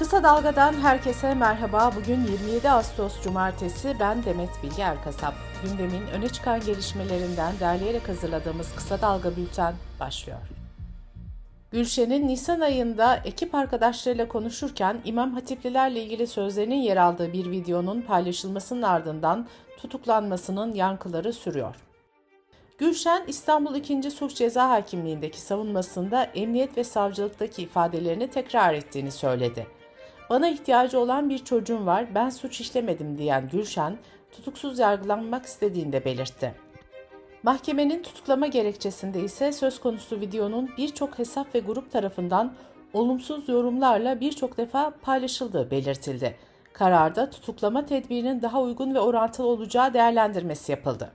Kısa Dalga'dan herkese merhaba. Bugün 27 Ağustos Cumartesi. Ben Demet Bilge Erkasap. Gündemin öne çıkan gelişmelerinden derleyerek hazırladığımız Kısa Dalga bülten başlıyor. Gülşen'in Nisan ayında ekip arkadaşlarıyla konuşurken İmam Hatiplilerle ilgili sözlerinin yer aldığı bir videonun paylaşılmasının ardından tutuklanmasının yankıları sürüyor. Gülşen, İstanbul 2. Suç Ceza Hakimliği'ndeki savunmasında emniyet ve savcılıktaki ifadelerini tekrar ettiğini söyledi. "Bana ihtiyacı olan bir çocuğum var, ben suç işlemedim" diyen Gülşen, tutuksuz yargılanmak istediğini de belirtti. Mahkemenin tutuklama gerekçesinde ise söz konusu videonun birçok hesap ve grup tarafından olumsuz yorumlarla birçok defa paylaşıldığı belirtildi. Kararda tutuklama tedbirinin daha uygun ve orantılı olacağı değerlendirmesi yapıldı.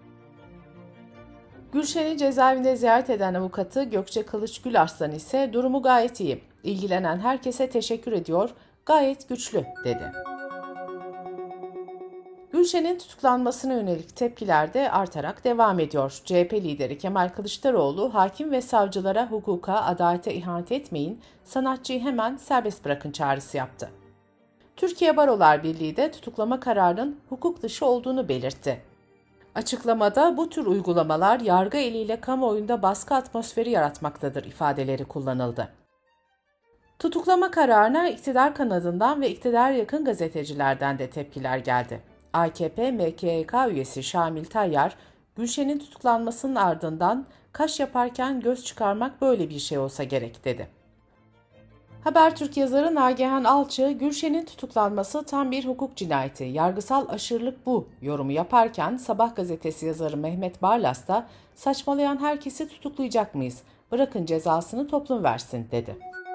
Gülşen'i cezaevinde ziyaret eden avukatı Gökçe Kılıçgül Arslan ise durumu gayet iyi, İlgilenen herkese teşekkür ediyor, gayet güçlü dedi. Gülşen'in tutuklanmasına yönelik tepkiler de artarak devam ediyor. CHP lideri Kemal Kılıçdaroğlu, hakim ve savcılara hukuka, adalete ihanet etmeyin, sanatçıyı hemen serbest bırakın çağrısı yaptı. Türkiye Barolar Birliği de tutuklama kararının hukuk dışı olduğunu belirtti. Açıklamada bu tür uygulamalar yargı eliyle kamuoyunda baskı atmosferi yaratmaktadır ifadeleri kullanıldı. Tutuklama kararına iktidar kanadından ve iktidar yakın gazetecilerden de tepkiler geldi. AKP MKYK üyesi Şamil Tayyar, Gülşen'in tutuklanmasının ardından kaş yaparken göz çıkarmak böyle bir şey olsa gerek dedi. Habertürk yazarı Nagihan Alçı, Gülşen'in tutuklanması tam bir hukuk cinayeti, yargısal aşırılık bu yorumu yaparken Sabah gazetesi yazarı Mehmet Barlas da saçmalayan herkesi tutuklayacak mıyız, bırakın cezasını toplum versin dedi.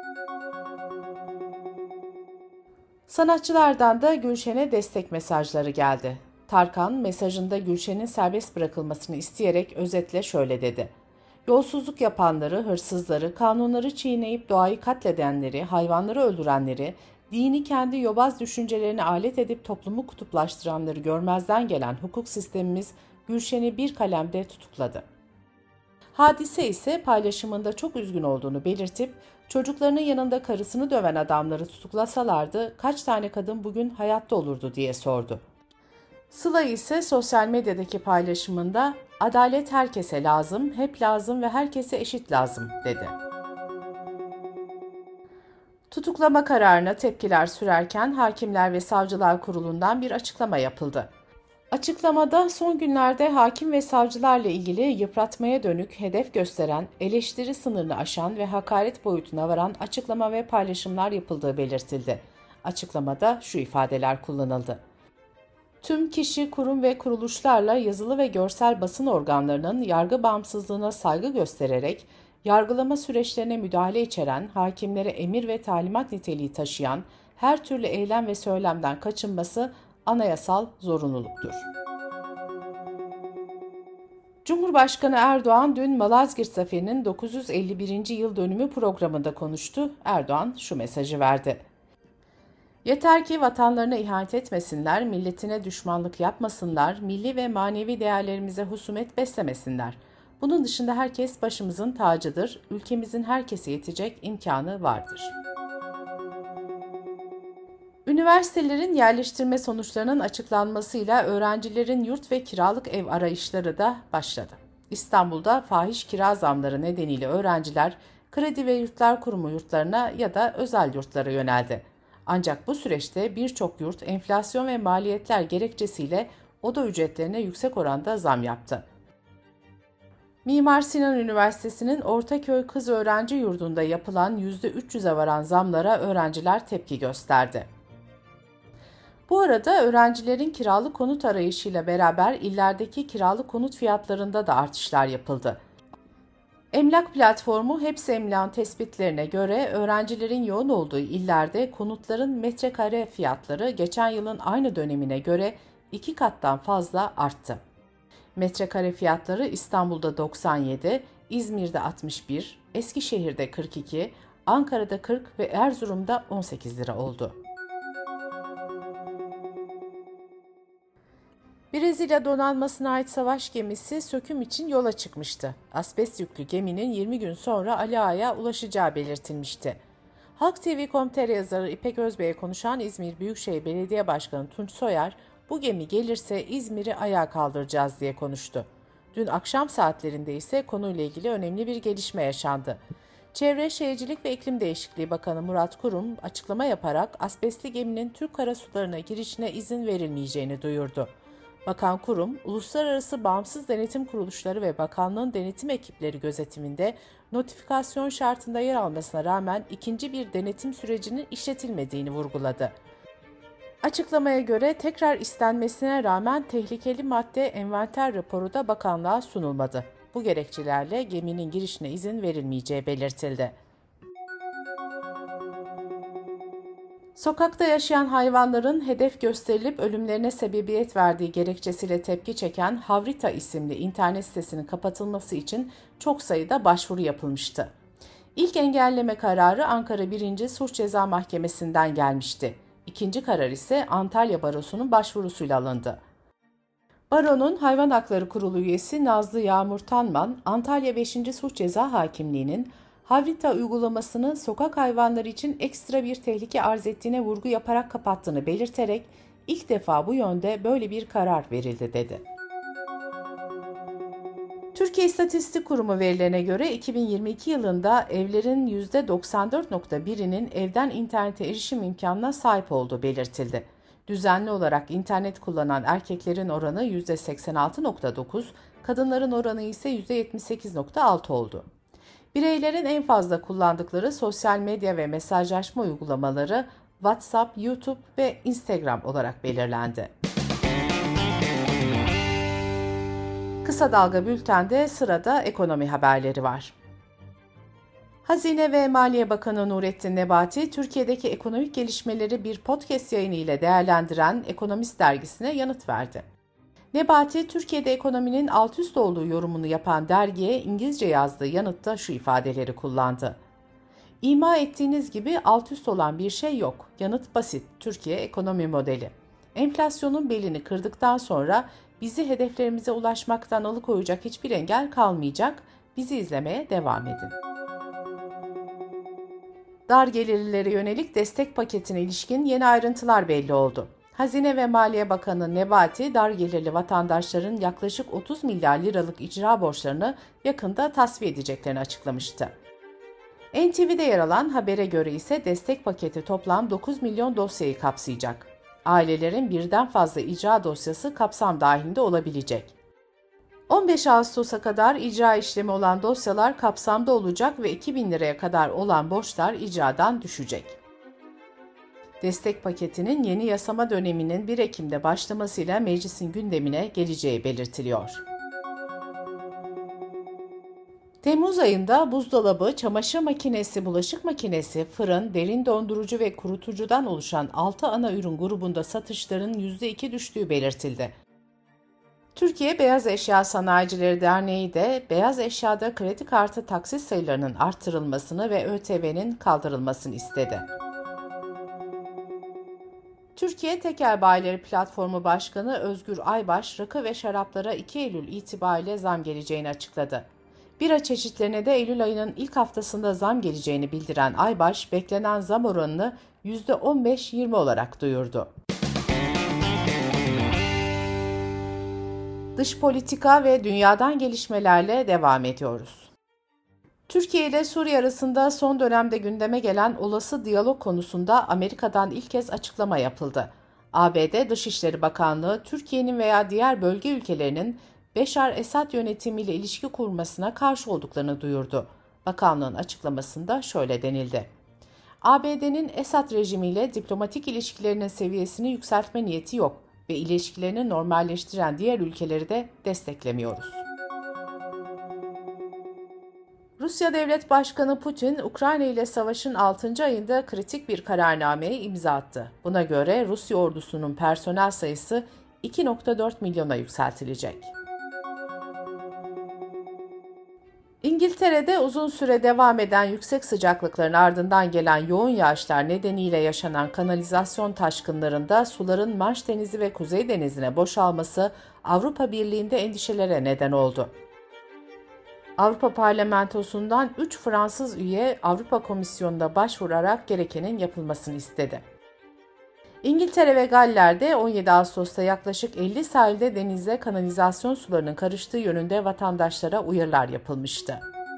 Sanatçılardan da Gülşen'e destek mesajları geldi. Tarkan mesajında Gülşen'in serbest bırakılmasını isteyerek özetle şöyle dedi. "Yolsuzluk yapanları, hırsızları, kanunları çiğneyip doğayı katledenleri, hayvanları öldürenleri, dini kendi yobaz düşüncelerine alet edip toplumu kutuplaştıranları görmezden gelen hukuk sistemimiz Gülşen'i bir kalemde tutukladı." Hadise ise paylaşımında çok üzgün olduğunu belirtip, çocuklarının yanında karısını döven adamları tutuklasalardı kaç tane kadın bugün hayatta olurdu diye sordu. Sıla ise sosyal medyadaki paylaşımında "Adalet herkese lazım, hep lazım ve herkese eşit lazım" dedi. Tutuklama kararına tepkiler sürerken Hakimler ve Savcılar Kurulu'ndan bir açıklama yapıldı. Açıklamada son günlerde hakim ve savcılarla ilgili yıpratmaya dönük hedef gösteren, eleştiri sınırını aşan ve hakaret boyutuna varan açıklama ve paylaşımlar yapıldığı belirtildi. Açıklamada şu ifadeler kullanıldı. Tüm kişi, kurum ve kuruluşlarla yazılı ve görsel basın organlarının yargı bağımsızlığına saygı göstererek, yargılama süreçlerine müdahale içeren, hakimlere emir ve talimat niteliği taşıyan her türlü eylem ve söylemden kaçınması anayasal zorunluluktur. Cumhurbaşkanı Erdoğan dün Malazgirt Zaferi'nin 951. yıl dönümü programında konuştu. Erdoğan şu mesajı verdi. "Yeter ki vatanlarına ihanet etmesinler, milletine düşmanlık yapmasınlar, milli ve manevi değerlerimize husumet beslemesinler. Bunun dışında herkes başımızın tacıdır, ülkemizin herkese yetecek imkanı vardır." Üniversitelerin yerleştirme sonuçlarının açıklanmasıyla öğrencilerin yurt ve kiralık ev arayışları da başladı. İstanbul'da fahiş kira zamları nedeniyle öğrenciler Kredi ve Yurtlar Kurumu yurtlarına ya da özel yurtlara yöneldi. Ancak bu süreçte birçok yurt enflasyon ve maliyetler gerekçesiyle oda ücretlerine yüksek oranda zam yaptı. Mimar Sinan Üniversitesi'nin Ortaköy Kız Öğrenci Yurdu'nda yapılan %300'e varan zamlara öğrenciler tepki gösterdi. Bu arada öğrencilerin kiralık konut arayışıyla beraber illerdeki kiralık konut fiyatlarında da artışlar yapıldı. Emlak platformu Hepsi Emlak'ın tespitlerine göre öğrencilerin yoğun olduğu illerde konutların metrekare fiyatları geçen yılın aynı dönemine göre 2 kattan fazla arttı. Metrekare fiyatları İstanbul'da 97, İzmir'de 61, Eskişehir'de 42, Ankara'da 40 ve Erzurum'da 18 lira oldu. Brezilya donanmasına ait savaş gemisi söküm için yola çıkmıştı. Asbest yüklü geminin 20 gün sonra Ali Ağa'ya ulaşacağı belirtilmişti. Halk TV.com.tr yazarı İpek Özbey'e konuşan İzmir Büyükşehir Belediye Başkanı Tunç Soyer, bu gemi gelirse İzmir'i ayağa kaldıracağız diye konuştu. Dün akşam saatlerinde ise konuyla ilgili önemli bir gelişme yaşandı. Çevre, Şehircilik ve İklim Değişikliği Bakanı Murat Kurum açıklama yaparak asbestli geminin Türk karasularına girişine izin verilmeyeceğini duyurdu. Bakan Kurum, uluslararası bağımsız denetim kuruluşları ve bakanlığın denetim ekipleri gözetiminde notifikasyon şartında yer almasına rağmen ikinci bir denetim sürecinin işletilmediğini vurguladı. Açıklamaya göre tekrar istenmesine rağmen tehlikeli madde envanter raporu da bakanlığa sunulmadı. Bu gerekçelerle geminin girişine izin verilmeyeceği belirtildi. Sokakta yaşayan hayvanların hedef gösterilip ölümlerine sebebiyet verdiği gerekçesiyle tepki çeken Havrita isimli internet sitesinin kapatılması için çok sayıda başvuru yapılmıştı. İlk engelleme kararı Ankara 1. Suç Ceza Mahkemesi'nden gelmişti. İkinci karar ise Antalya Barosu'nun başvurusuyla alındı. Baro'nun Hayvan Hakları Kurulu üyesi Nazlı Yağmur Tanman, Antalya 5. Suç Ceza Hakimliği'nin Havrita uygulamasını sokak hayvanları için ekstra bir tehlike arz ettiğine vurgu yaparak kapattığını belirterek ilk defa bu yönde böyle bir karar verildi dedi. Türkiye İstatistik Kurumu verilerine göre 2022 yılında evlerin %94.1'inin evden internete erişim imkanına sahip olduğu belirtildi. Düzenli olarak internet kullanan erkeklerin oranı %86.9, kadınların oranı ise %78.6 oldu. Bireylerin en fazla kullandıkları sosyal medya ve mesajlaşma uygulamaları WhatsApp, YouTube ve Instagram olarak belirlendi. Kısa Dalga Bülten'de sırada ekonomi haberleri var. Hazine ve Maliye Bakanı Nurettin Nebati, Türkiye'deki ekonomik gelişmeleri bir podcast yayını ile değerlendiren Ekonomist dergisine yanıt verdi. Nebati, Türkiye'de ekonominin alt üst olduğu yorumunu yapan dergiye İngilizce yazdığı yanıtta şu ifadeleri kullandı. İma ettiğiniz gibi alt üst olan bir şey yok. Yanıt basit, Türkiye ekonomi modeli. Enflasyonun belini kırdıktan sonra bizi hedeflerimize ulaşmaktan alıkoyacak hiçbir engel kalmayacak. Bizi izlemeye devam edin. Dar gelirlilere yönelik destek paketine ilişkin yeni ayrıntılar belli oldu. Hazine ve Maliye Bakanı Nebati, dar gelirli vatandaşların yaklaşık 30 milyar liralık icra borçlarını yakında tasfiye edeceklerini açıklamıştı. NTV'de yer alan habere göre ise destek paketi toplam 9 milyon dosyayı kapsayacak. Ailelerin birden fazla icra dosyası kapsam dahilinde olabilecek. 15 Ağustos'a kadar icra işlemi olan dosyalar kapsamda olacak ve 2.000 liraya kadar olan borçlar icradan düşecek. Destek paketinin yeni yasama döneminin 1 Ekim'de başlamasıyla meclisin gündemine geleceği belirtiliyor. Temmuz ayında buzdolabı, çamaşır makinesi, bulaşık makinesi, fırın, derin dondurucu ve kurutucudan oluşan 6 ana ürün grubunda satışların %2 düştüğü belirtildi. Türkiye Beyaz Eşya Sanayicileri Derneği de beyaz eşyada kredi kartı taksit sayılarının artırılmasını ve ÖTV'nin kaldırılmasını istedi. Türkiye Tekel Bayileri Platformu Başkanı Özgür Aybaş, rakı ve şaraplara 2 Eylül itibariyle zam geleceğini açıkladı. Bira çeşitlerine de Eylül ayının ilk haftasında zam geleceğini bildiren Aybaş, beklenen zam oranını %15-20 olarak duyurdu. Dış politika ve dünyadan gelişmelerle devam ediyoruz. Türkiye ile Suriye arasında son dönemde gündeme gelen olası diyalog konusunda Amerika'dan ilk kez açıklama yapıldı. ABD Dışişleri Bakanlığı, Türkiye'nin veya diğer bölge ülkelerinin Beşar Esad yönetimiyle ilişki kurmasına karşı olduklarını duyurdu. Bakanlığın açıklamasında şöyle denildi. ABD'nin Esad rejimiyle diplomatik ilişkilerinin seviyesini yükseltme niyeti yok ve ilişkilerini normalleştiren diğer ülkeleri de desteklemiyoruz. Rusya Devlet Başkanı Putin, Ukrayna ile savaşın 6. ayında kritik bir kararnameye imza attı. Buna göre Rusya ordusunun personel sayısı 2,4 milyona yükseltilecek. İngiltere'de uzun süre devam eden yüksek sıcaklıkların ardından gelen yoğun yağışlar nedeniyle yaşanan kanalizasyon taşkınlarında suların Manş Denizi ve Kuzey Denizi'ne boşalması Avrupa Birliği'nde endişelere neden oldu. Avrupa Parlamentosu'ndan 3 Fransız üye Avrupa Komisyonu'na başvurarak gerekenin yapılmasını istedi. İngiltere ve Galler'de 17 Ağustos'ta yaklaşık 50 sahilde denize kanalizasyon sularının karıştığı yönünde vatandaşlara uyarılar yapılmıştı.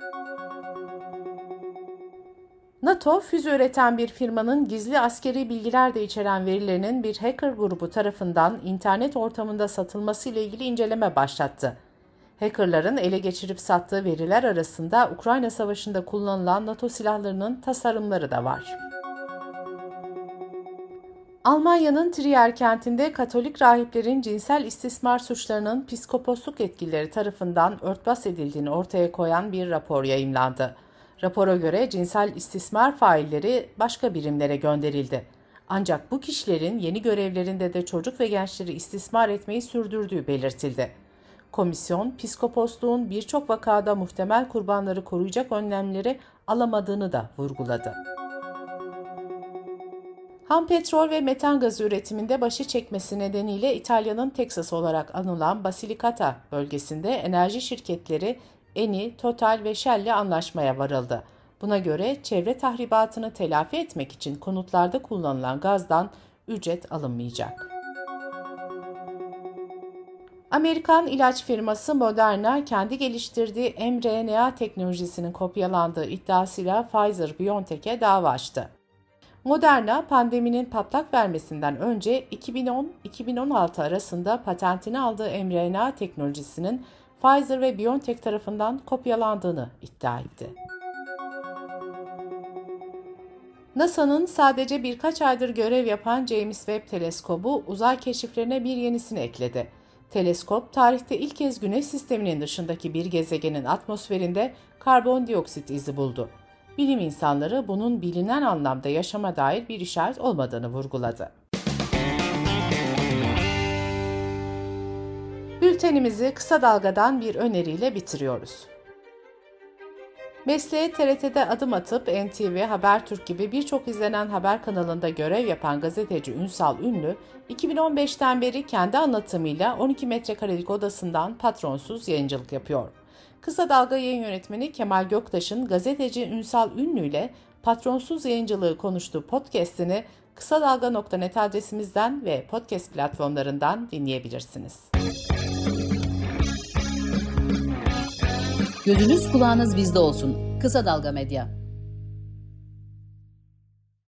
NATO, füze üreten bir firmanın gizli askeri bilgiler de içeren verilerinin bir hacker grubu tarafından internet ortamında satılması ile ilgili inceleme başlattı. Hackerların ele geçirip sattığı veriler arasında Ukrayna Savaşı'nda kullanılan NATO silahlarının tasarımları da var. Almanya'nın Trier kentinde Katolik rahiplerin cinsel istismar suçlarının psikoposluk yetkilileri tarafından örtbas edildiğini ortaya koyan bir rapor yayımlandı. Rapora göre cinsel istismar failleri başka birimlere gönderildi. Ancak bu kişilerin yeni görevlerinde de çocuk ve gençleri istismar etmeyi sürdürdüğü belirtildi. Komisyon, psikoposluğun birçok vakada muhtemel kurbanları koruyacak önlemleri alamadığını da vurguladı. Ham petrol ve metan gazı üretiminde başı çekmesi nedeniyle İtalya'nın Teksas olarak anılan Basilicata bölgesinde enerji şirketleri Eni, Total ve Shell'le anlaşmaya varıldı. Buna göre çevre tahribatını telafi etmek için konutlarda kullanılan gazdan ücret alınmayacak. Amerikan ilaç firması Moderna, kendi geliştirdiği mRNA teknolojisinin kopyalandığı iddiasıyla Pfizer-BioNTech'e dava açtı. Moderna, pandeminin patlak vermesinden önce 2010-2016 arasında patentini aldığı mRNA teknolojisinin Pfizer ve BioNTech tarafından kopyalandığını iddia etti. NASA'nın sadece birkaç aydır görev yapan James Webb Teleskobu uzay keşiflerine bir yenisini ekledi. Teleskop, tarihte ilk kez Güneş sisteminin dışındaki bir gezegenin atmosferinde karbondioksit izi buldu. Bilim insanları bunun bilinen anlamda yaşama dair bir işaret olmadığını vurguladı. Bültenimizi kısa dalgadan bir öneriyle bitiriyoruz. Mesleğe TRT'de adım atıp NTV, Habertürk gibi birçok izlenen haber kanalında görev yapan gazeteci Ünsal Ünlü, 2015'ten beri kendi anlatımıyla 12 metrekarelik odasından patronsuz yayıncılık yapıyor. Kısa Dalga yayın yönetmeni Kemal Göktaş'ın gazeteci Ünsal Ünlü ile patronsuz yayıncılığı konuştuğu podcast'ini kısadalga.net adresimizden ve podcast platformlarından dinleyebilirsiniz. Gözünüz kulağınız bizde olsun. Kısa Dalga Medya.